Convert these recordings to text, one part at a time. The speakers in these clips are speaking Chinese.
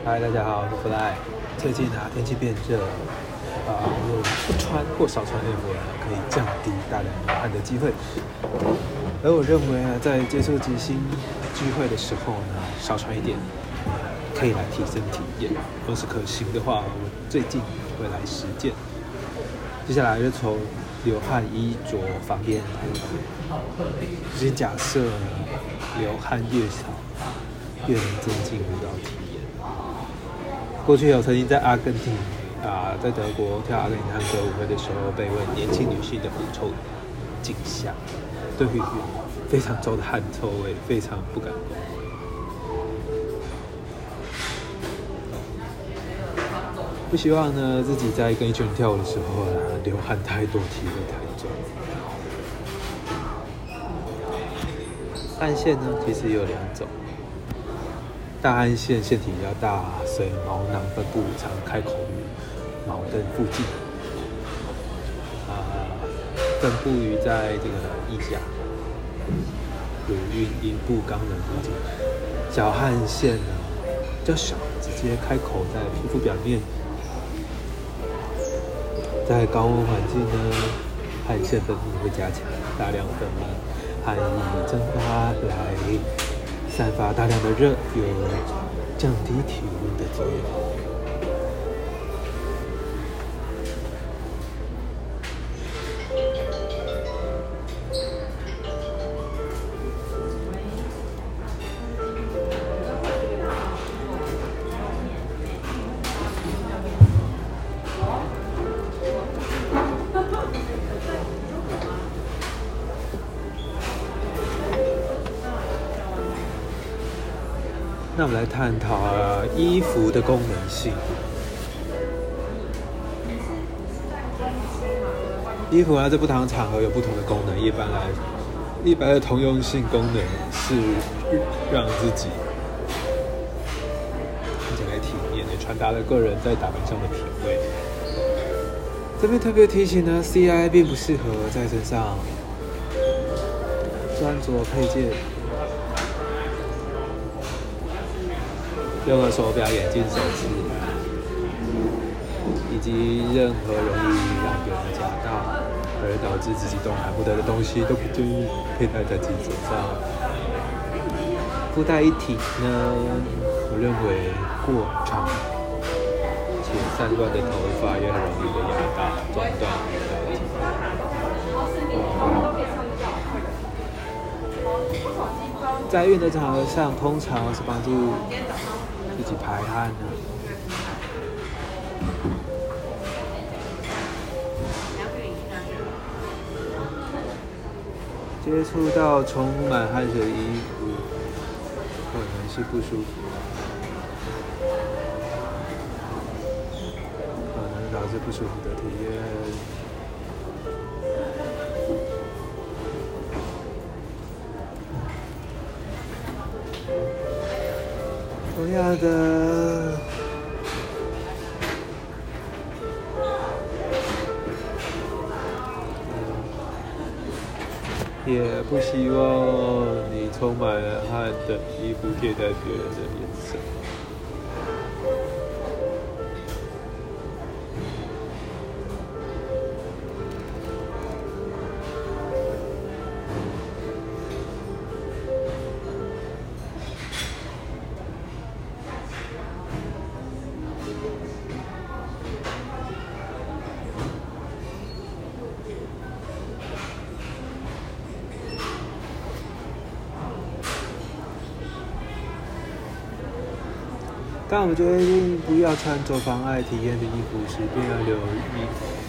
嗨，大家好，我是 Fly。最近天气变热，不穿或少穿内服可以降低大量流汗的机会。而我认为在接触即兴聚会的时候少穿一点，可以来提升体验。若是可行的话，我最近会来实践。接下来就从流汗衣着方面来谈。先假设流汗越少，越能增进舞蹈体验。过去有曾经在阿根廷在德国跳阿根廷探戈舞会的时候，被问年轻女性的狐臭景象，对于非常重的汗臭味非常不敢恭维。不希望自己在跟一群人跳舞的时候流汗太多，体味太重。汗腺其实有2种。大汗腺腺体比较大，所以毛囊分布常开口于毛根附近，分布于在这个腋下、乳晕、阴部、肛门附近。小汗腺比较小，直接开口在皮肤表面。在高温环境汗腺分泌会加强，大量分泌汗液蒸发来散发大量的热，有降低体温的作用。那我们来探讨衣服的功能性。衣服在不同场合有不同的功能，一般的通用性功能是让自己看起来体面，也传达了个人在打扮上的品味。这边特别提醒CI 并不适合在身上穿着配件。任何手表、眼镜、手指，以及任何容易让别人夹到而导致自己动弹不得的东西，都不建议佩戴在自己手上。附带一体我认为过长且散乱的头发也很容易被压到、撞断在运动场合上，通常是帮助自己排汗接触到充满汗水的衣服，可能是不舒服，可能导致不舒服的体验。同样的，也不希望你充满了汗的衣服贴在别人的脸上。当我们决定不要穿着妨碍体验的衣服时，便要留意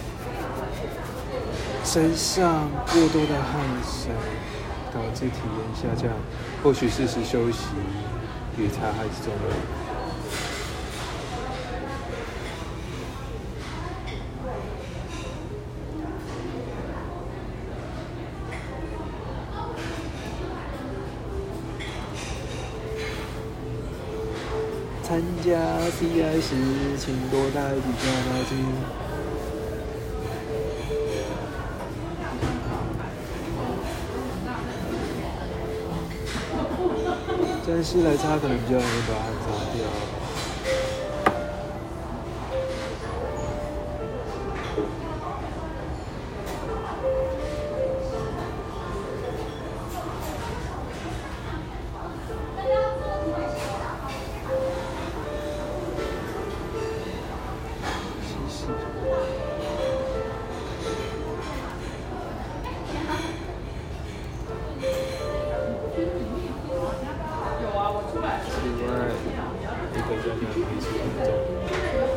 身上过多的汗水导致体验下降，或许适时休息与擦汗是重要的。参加 CI 时，请多带比较毛巾。沾湿来擦可能比较容易把汗擦掉。 此外，一个热量可以吃很重。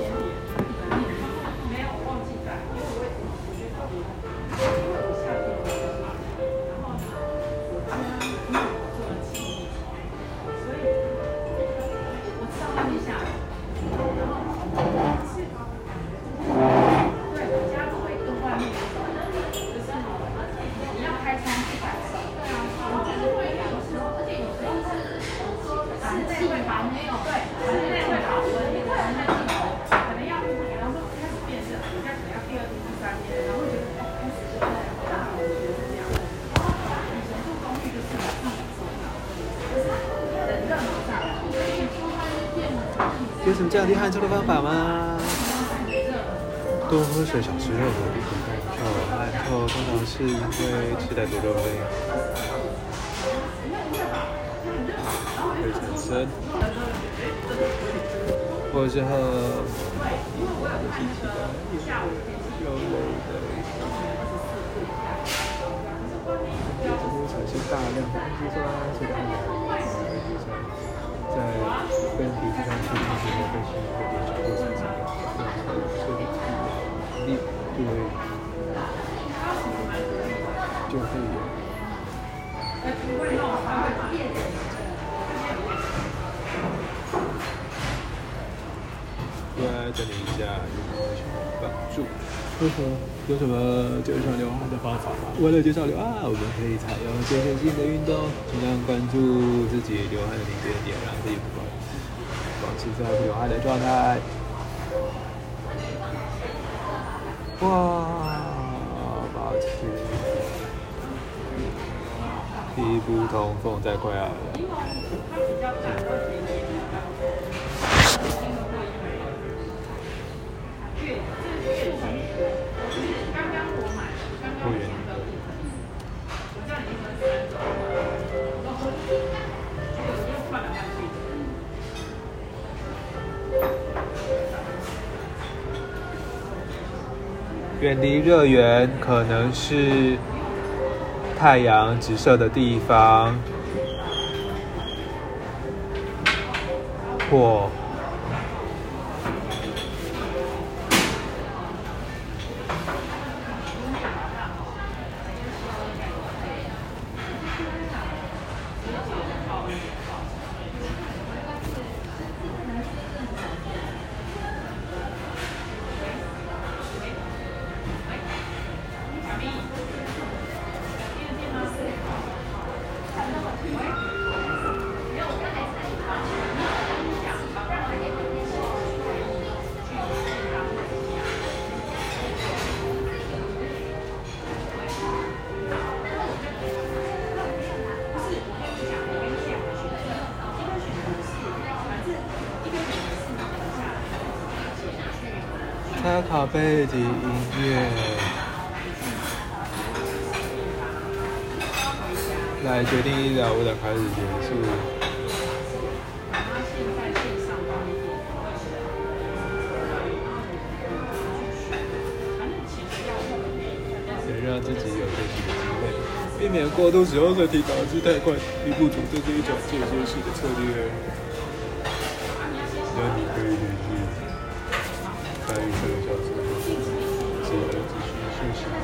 有什么降低汗臭的方法吗？多喝水，少吃肉和避免汗臭。汗臭通常是因为吃太多肉类会产生，或是喝稀奇的肉类的会产生大量的氨基酸，所以氨基酸在跟皮肤上触碰时会被吸收变成或产生所以力就会有。来整理一下有什么帮助？有什么减少流汗的方法吗？为了减少流汗，我们可以采用间歇性的运动，尽量关注自己流汗的临界点，让自己保持在不流汗的状态。哇，保持皮肤通风再快乐。远离热源，可能是太阳直射的地方，或参考背景音乐，来决定医疗舞的开始结束。也让自己有休息的机会，避免过度使用身体导致太快力不足，这是一种间歇式的策略。那你可以大约3个小时后，只能继续休息。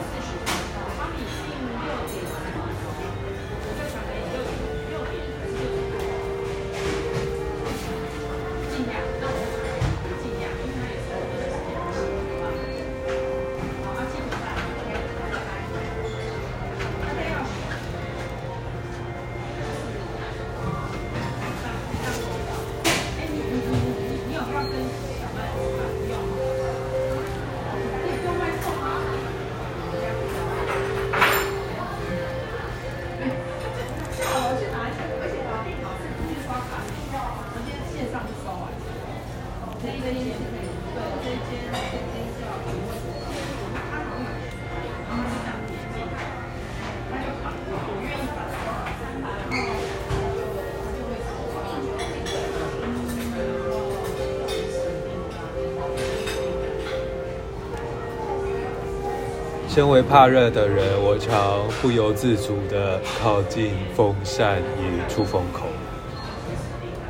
身为怕热的人，我常不由自主地靠近风扇与出风口。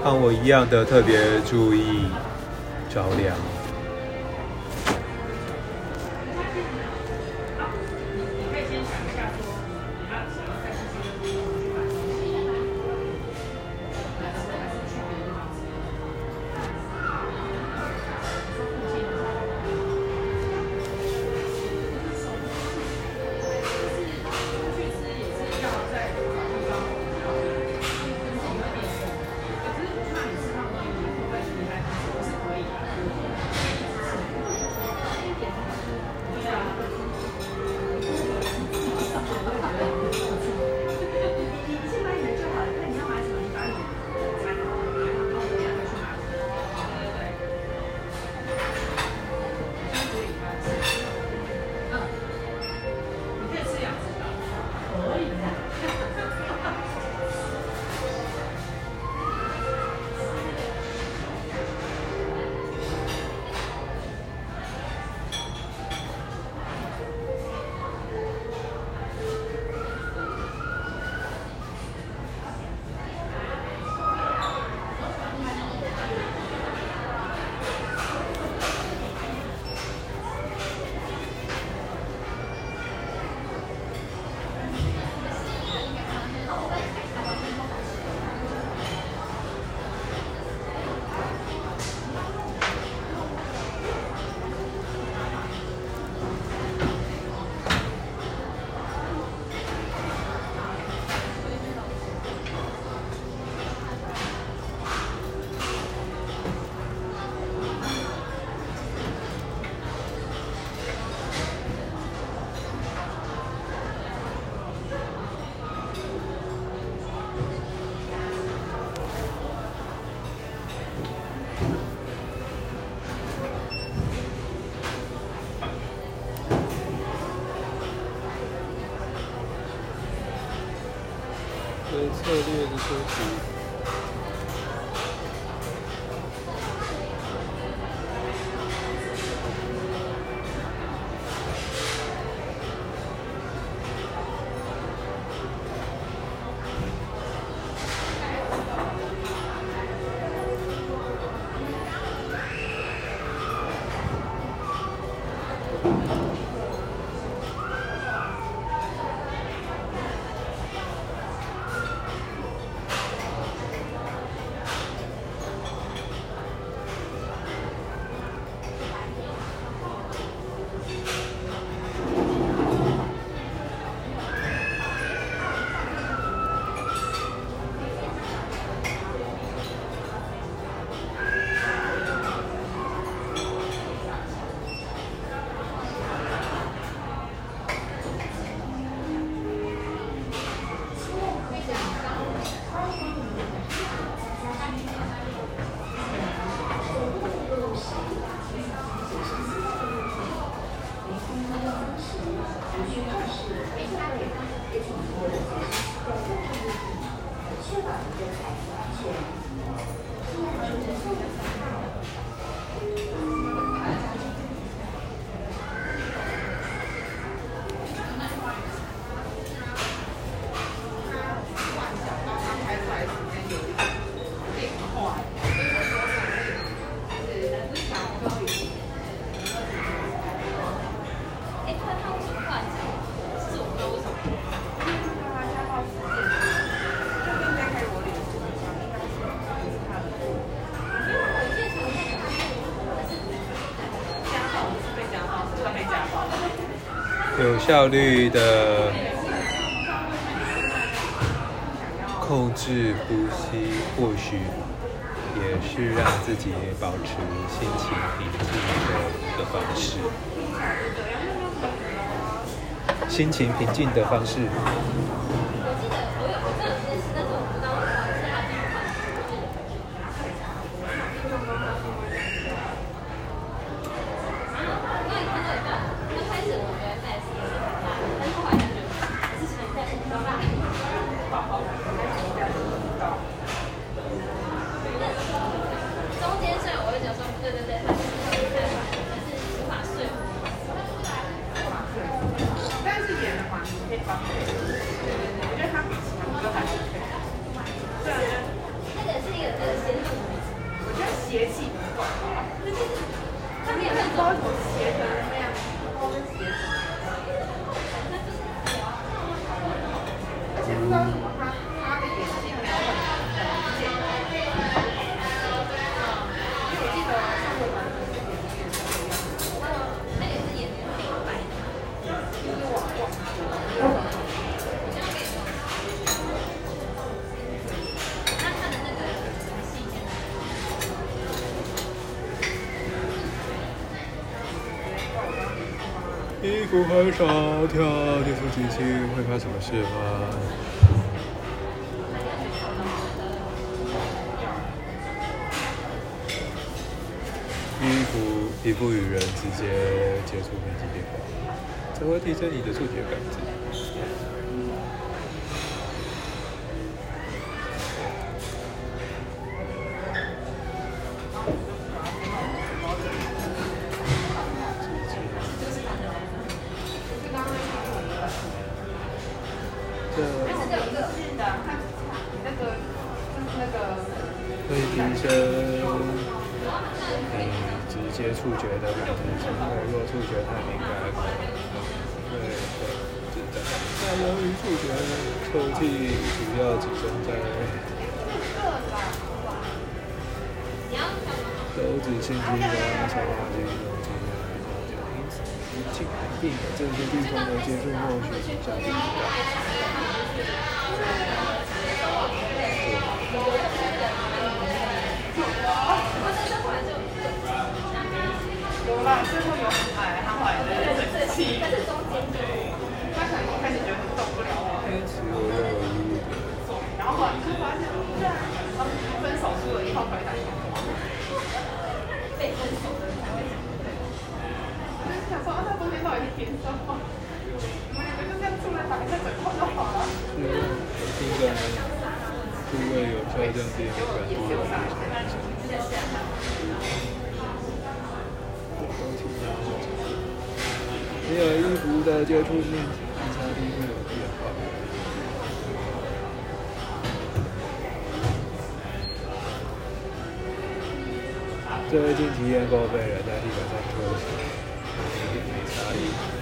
和我一样的特别注意着凉。策略的收集。有效率的控制呼吸，或许也是让自己保持心情平静的一个方式。心情平静的方式。 我觉得它比其他歌还是可以。对啊，那个是一个邪气不断吧？他们也很多什么邪的那样，都是邪什么？而且不知道为什么他的眼睛没有很明显，因为我记得上回玩的是眼睛也是这样，那也是眼睛黑白的，就是我忘记了。 衣服很少跳，接触机器会发什么事吗？皮肤与人直接接触面积变化，才会提升你的触觉感知。会提升你直接触觉的感知，因为若触觉太敏感，会自在。那由于触觉抽气主要集中在手指心肌的消化肌中间，因此尽量避免这些地方的接触或许影响敏感。 有啦，最后有买他买的冷气，但是中间他可能一开始觉得受不了我，然后后来就发现，对啊，他们分手输了1号回来，被分手的才会就是想说，那中间到底是凭什么？我们两个就这样出来打一下整套就好了。 是，敏感部位有效降低敏感度的影响。没有衣服的接触面积差异会有变化。最近体验过被人在地板上拖行，有一点差异。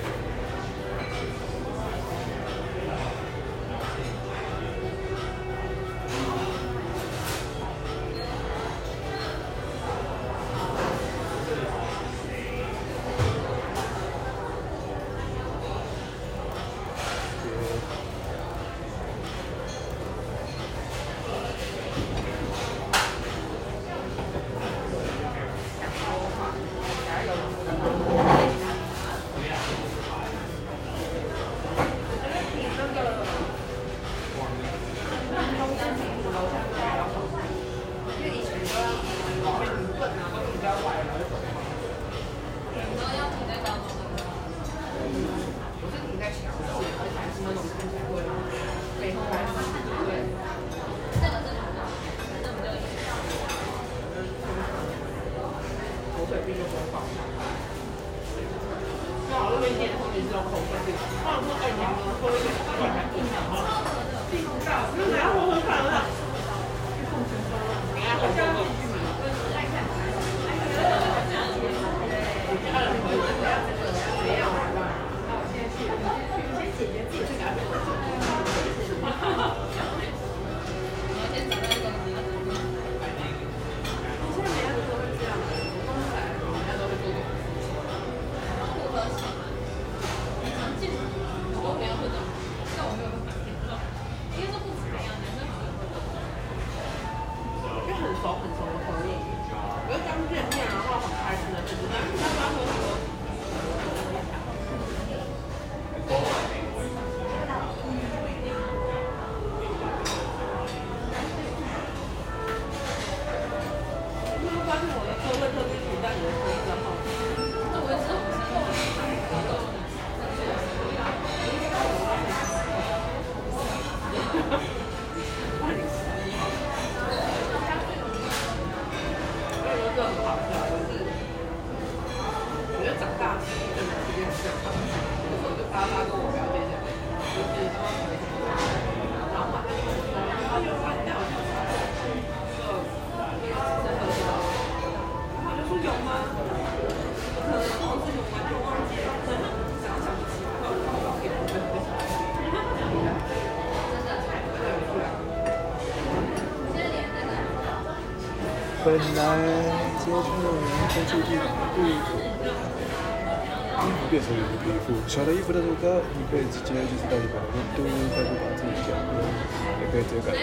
本来接触天气地度，衣服变成衣服，小的衣服的度高，你可以直接就是到底板的温度，快速把自己降温，也可以直接改。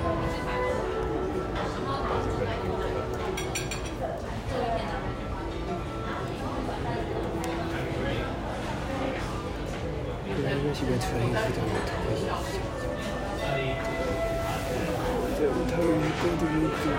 这边穿衣服的我头会在舞台里跟着舞者。